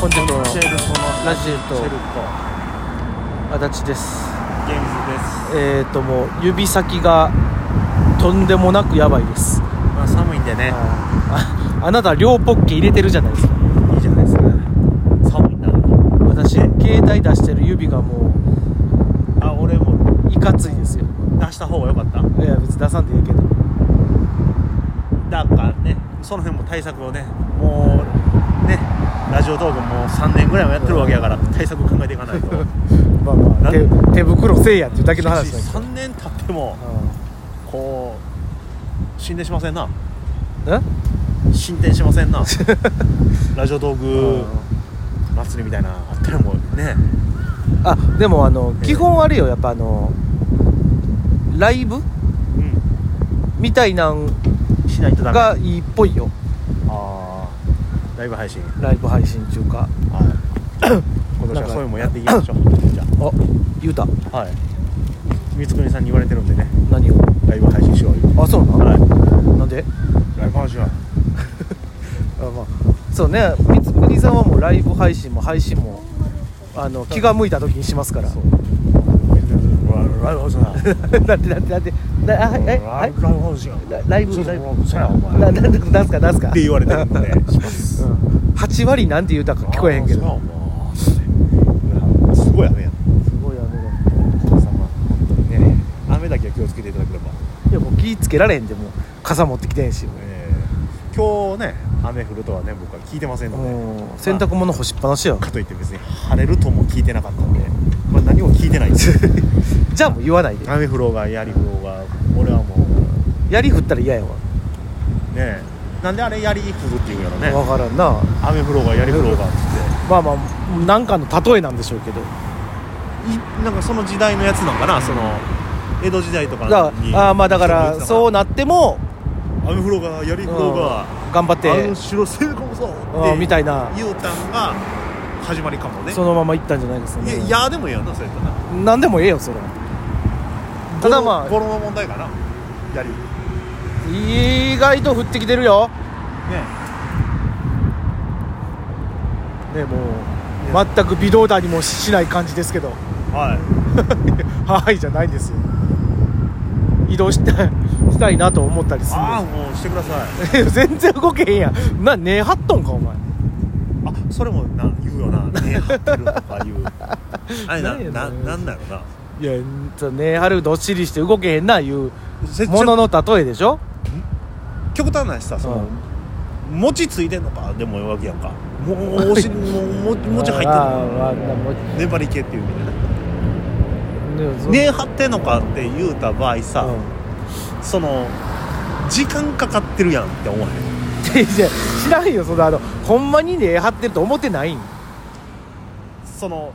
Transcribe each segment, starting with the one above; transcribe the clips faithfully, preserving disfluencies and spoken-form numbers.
コンチェルトのコンチェルトのラジエルトチェルト足立です。 ゲームズです。 えーともう指先がとんでもなくやばいです。 まあ寒いんでね。 あ, あなた両ポッケ入れてるじゃないですか。 いいじゃないですか。寒いな。 私携帯出してる指がもあ、俺もういかついですよ。 出した方が良かった。 いや別に出さんでいいけど。 だからね、その辺も対策をね、もうね、ラジオトークもうさんねんぐらいもやってるわけやから対策を考えていかないと。 まあまあ手, 手袋せいやっていうだけの話だけど。 さんねん経ってもこう進展しませんな。 え進展しませんな。ラジオトーク祭りみたいなあったらもうね。 あでもあの基本あれよ、やっぱあのライブ、うん、みたいなんしないとダメがいいっぽいよ。 ああ、ライブ配信ライブ配信中か。 はい。今年はそういうのもやっていきましょう。じゃあ、言うた。 あ、はい。光國さんに言われてるんでね。 何を？ ライブ配信しようよ。 あ、そうなの？ はい。 なんで？ ライブ配信は。 あ、まあ、そうね。光國さんはもうライブ配信も配信もあの気が向いた時にしますから。そう。 ライブ配信だ。 なんてなんてなんて。なあはいはい。 ライブ配信。 ライブライブ。 そうやお前。 ななんでなんすかなんすか。 って言われてるんでします。 うん、はち割なんて言うたか聞こえへんけど。 すごい雨やん。 すごい雨だ。 皆様本当にね、雨だけは気をつけていただければ。 いやもう気ぃつけられへんで、もう傘持ってきてんし。 えー、今日ね雨降るとはね僕は聞いてませんので、 うん、洗濯物干しっぱなしや。 かといって別に晴れるとも聞いてなかったんで、まあ、何も聞いてないですじゃあもう言わないで。 雨降ろうが槍降ろうが俺はもう槍降ったら嫌やわ。 ねえ、なんであれ槍降るって言うんやろね。 分からんな。 雨降ろうが槍降ろうがっつってまあまあなんかの例えなんでしょうけど、 いなんかその時代のやつなんかな、その江戸時代とかに。 だあまあだからそうなっても雨降ろうが槍降ろうが、 うん、頑張ってあの城成功ぞってみたいな言うたんが始まりかもね。 そのまま行ったんじゃないですかね。 いや、いやでもいいよな、それとな。 なんでもええよそれは。ただまあ語呂の問題かな。槍意外と降ってきてるよねね。もう全く微動だにもしない感じですけど。 はいはいじゃないんですよ。移動したしたいなと思ったりするんです。 ああ、もうしてください。 全然動けへんやん。な、根張っとんかお前。 あ、それもな言うよな。根張ってるとか言う。あれな、な、なんだろうな。 いや、根張るどっしりして動けへんないうものの例えでしょ。 極端な話さ、その、うん、餅ついてんのかでもいいわけやんか。もうおしもう餅入ってんのか。粘り気っていう意味でね。根張ってんのかって言うた場合さ、うん、その時間かかってるやんって思わへん。 いや知らんよ、そのあのほんまに根張ってると思ってないん。 その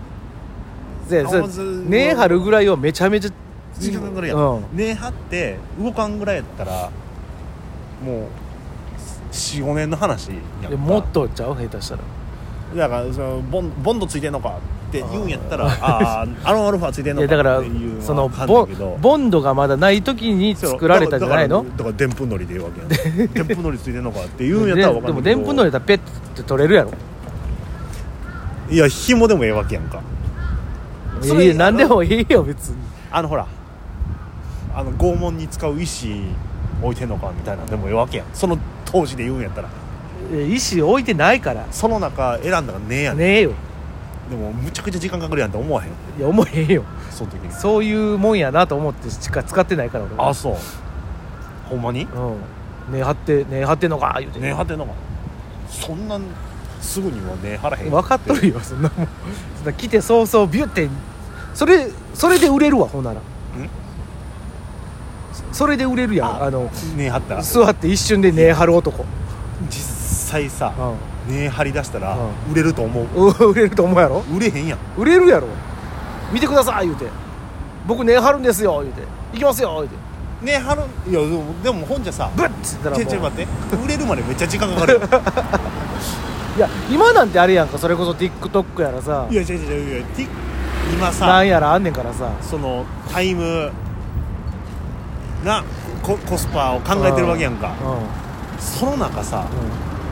根張るぐらいはめちゃめちゃ時間かかるやん、うん、根張って動かんぐらいやったらもう よん,ご 年の話やんか。 もっとちゃう下手したら。 だからそのボンボンドついてんのかって言うんやったら、ああアロンアルファついてんのかっていうのは分かんないけど、 ボンドがまだない時に作られたんじゃないの。 だからでんぷんのりで言うわけやん。でんぷんのりついてんのかって言うんやったら分かんないけど、でもでんぷんのりだったらペッて取れるやろ。 いや紐でもええわけやんか。 いやいや何でもいいよ別に。 あのほらあの拷問に使う石置いてんのかみたいなでもええわけやん、その当時で言うんやったら。 石置いてないから。 その中選んだらねえやん。 ねえよ。でもむちゃくちゃ時間かかるやんって思わへん。 いや思えへんよ。 その時にそういうもんやなと思ってしか使ってないから俺は。 あ、そうほんまに。 うん。根張って根張ってんのか言うて。 根張ってんのか。そんなすぐには根張らへん。 分かっとるよそんなもん。そんな来て早々ビュってそれそれで売れるわほんなら。んそれで売れるやん。あ, あの根張ったら座って一瞬で根張る男。 実際さ、うん、根張り出したら、うん、売れると思う。売れると思うやろ。 売れへんやん。 売れるやろ。見てください言うて、僕根張るんですよ言うて、行きますよ言うて根張る。いやでもでもほんじゃさブッつったらもうちょちょ待って売れるまでめっちゃ時間かかるよ。 いや今なんてあれやんか、それこそ TikTok やらさ、 いや違う違う違う今さなんやらあんねんからさ、 そのタイムな コ, コスパを考えてるわけやんか、うん、その中さ、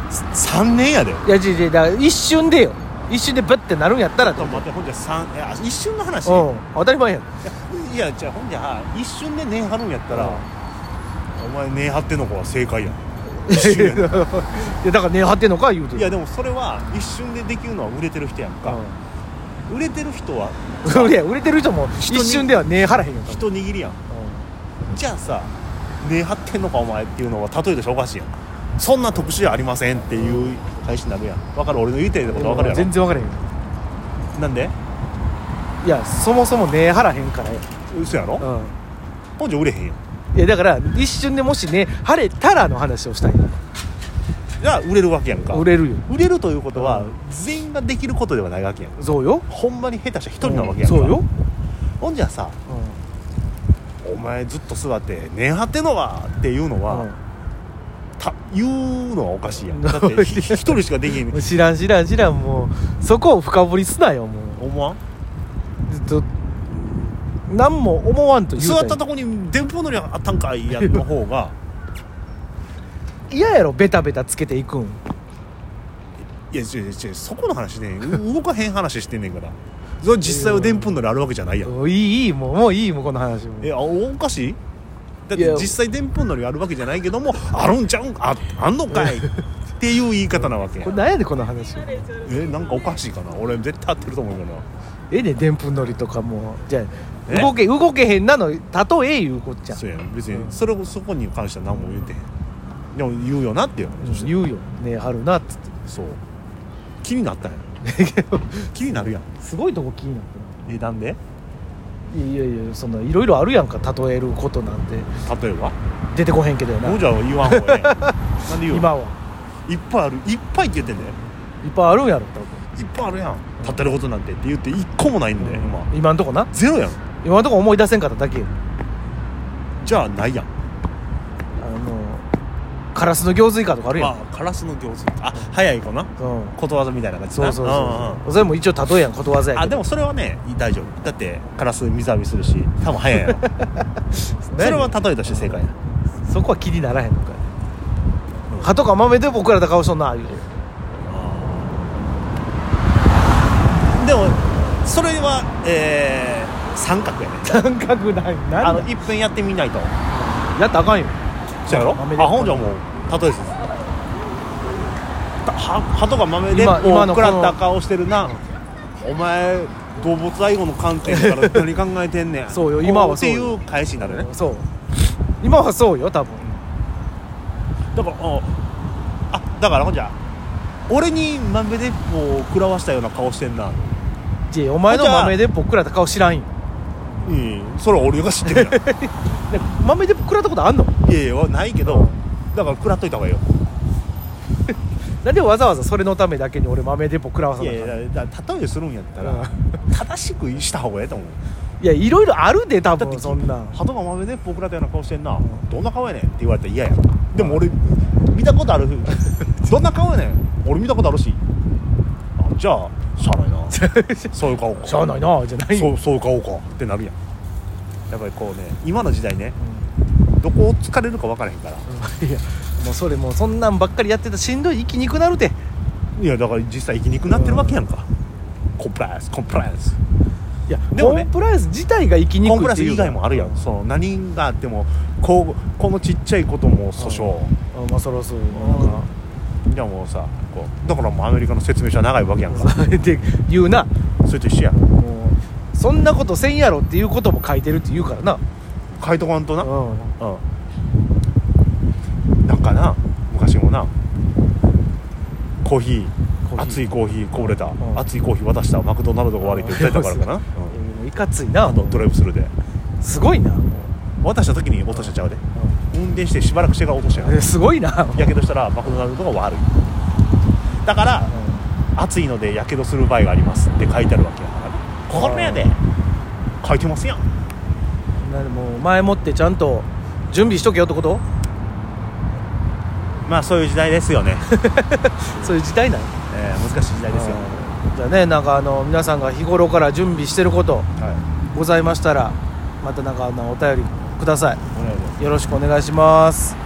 さんねんやで。 いや違う違う、だから一瞬でよ、一瞬でブッてなるんやったらちょっと待って、ほんじゃさんいや一瞬の話。 うん当たり前やん。 いやじゃあほんじゃ一瞬で根張るんやったら、お前根張ってんのかは正解やん。一瞬やん。 いやだから根張ってんのか言うてる。 いやでもそれは一瞬でできるのは売れてる人やんか、売れてる人は売れ売れてる人も一瞬では根張らへんよ。 一握りやん。じゃあさ根張ってんのかお前っていうのは例えとしておかしいやん。そんな特殊じゃありませんっていう返しになるやん。分かる？俺の言うてること分かるやろ。 全然分からへんよ。 なんで？ いやそもそも根張らへんからや。 嘘やろ、 うん、 ほんじゃ売れへんやん。 いやだから一瞬でもしね晴れたらの話をしたい。 じゃあ売れるわけやんか。 売れるよ。 売れるということは、 うん、 全員ができることではないわけやん。 そうよ。 ほんまに下手した一人なわけやんか、 うん、そうよ。 ほんじゃさ、うん、お前ずっと座って根張ってんのはっていうのは、うん、た言うのはおかしいやん。だって一人しかできへん。 知らん知らん知らん。もうそこを深掘りすなよ。もう思わん？ ずっと何も思わんと言うた座ったとこに電風のりあったんかいやの方が嫌やろ。ベタベタつけていくん。 いや違う違うそこの話ね動かへん話してんねんからそれ実際は電風のりあるわけじゃないやん。 いいいいもうもういいもうこの話も。 えあおかしい？だって実際電風のりあるわけじゃないけどもあるんちゃうん、ああんのかいっていう言い方なわけやん。 これ何やでこの話。 えなんかおかしいかな。俺絶対合ってると思うけどな。 ええねでんぷんのりとかもじゃあ動け動けへんなの例え言うこっちゃ。 そうやん別に、うん、それをそこに関しては何も言うてへん。でも言うよなっていう話、 うん、言うよねはるなっつって。 そう気になったんや気になるやん。 すごいとこ気になってえなんで？ いやいやそんないろいろあるやんか例えることなんて。 例えば出てこへんけどやな。 もうじゃあ言わんほうがええなんで言うの？ 今はいっぱいあるいっぱいって言ってんだよ。 いっぱいあるんやろ多分。 いっぱいあるやん立ってることなんてって言って一個もないんだよ、うん、今今んとこなゼロやん。 今んとこ思い出せんかっただけ。 じゃあないやん。 あのカラスの行水かとかあるやん。 あカラスの行水あ早い子な、うん、ことわざみたいな感じな。 そうそうそうそう、うんうん、それも一応例えやんことわざやけど。 あでもそれはね大丈夫だってカラス水浴びするし多分早いやろそれは例えとして正解や。 そこは気にならへんのかい、うん、歯とか豆で僕らだ顔しとんな言うて。 でもそれは、えー、三角やね。 三角ないあの一遍やってみないとやったらあかんよ。 そうやろ。あほんじゃもう例えです歯とか豆でこう食らった顔してるな、うん、お前動物愛護の観点から何考えてんねんそうよ今はそうっていう返しになるね。 そう今はそうよ多分。 だからあだからほんじゃ俺に豆でこう食らわしたような顔してんな。 じゃお前の豆でっぽ食らった顔知らんよ。 うんそれは俺が知ってるやん豆でっぽ食らったことあんの？ いやいやないけど、うん、だから食らっといた方がいいよなんでわざわざそれのためだけに俺豆でっぽ食らわさなかった。 いやいや例えするんやったら、うん、正しくした方がいいと思う。 いやいろいろあるで多分。だってそんな鳩が豆でっぽ食らったような顔してんな、うん、どんな顔やねんって言われたら嫌やん。でも俺見たことあるどんな顔やねん俺見たことあるしあじゃあしゃあないなそういう顔かしゃあないなじゃないそうそういう顔かってなるやん。やっぱりこうね今の時代ね、うん、どこを疲れるか分からへんから、 うん、いやもうそれもうそんなんばっかりやってたらしんどい生きにくなるて。 いやだから実際生きにくなってるわけやんか、うん、コンプライアンスコンプライアンス。 いやでも、ね、コンプライアンス自体が生きにくいっていう。コンプライアンス以外もあるやん。その何があってもこうこのちっちゃいことも訴訟、 うんうん、まあそろそろなんかじゃあもうさこうだからもうアメリカの説明書は長いわけやんかって言うな。 それと一緒やん。 もうそんなことせんやろっていうことも書いてるって言うからな。 書いとかんとな、 うんうん、なんかな昔もなコーヒー熱いコーヒーこぼれた、うん、熱いコーヒー渡したマクドナルドが悪いって訴えたからかな、 うん、いかついな。 あとドライブスルーですごいな。 渡した時に落としちゃうで、うん、運転してしばらくしてから落としちゃう。 すごいな。 やけどしたらマクドナルドが悪いだから、うん、熱いのでやけどする場合がありますって書いてあるわけやからこれやで書いてますやん。 なでも前もってちゃんと準備しとけよってこと？ まあそういう時代ですよねそういう時代なの、 えー、難しい時代ですよ。 じゃあねなんかあの皆さんが日頃から準備してることございましたら、はい、またなんかあのお便りください。よろしくお願いします。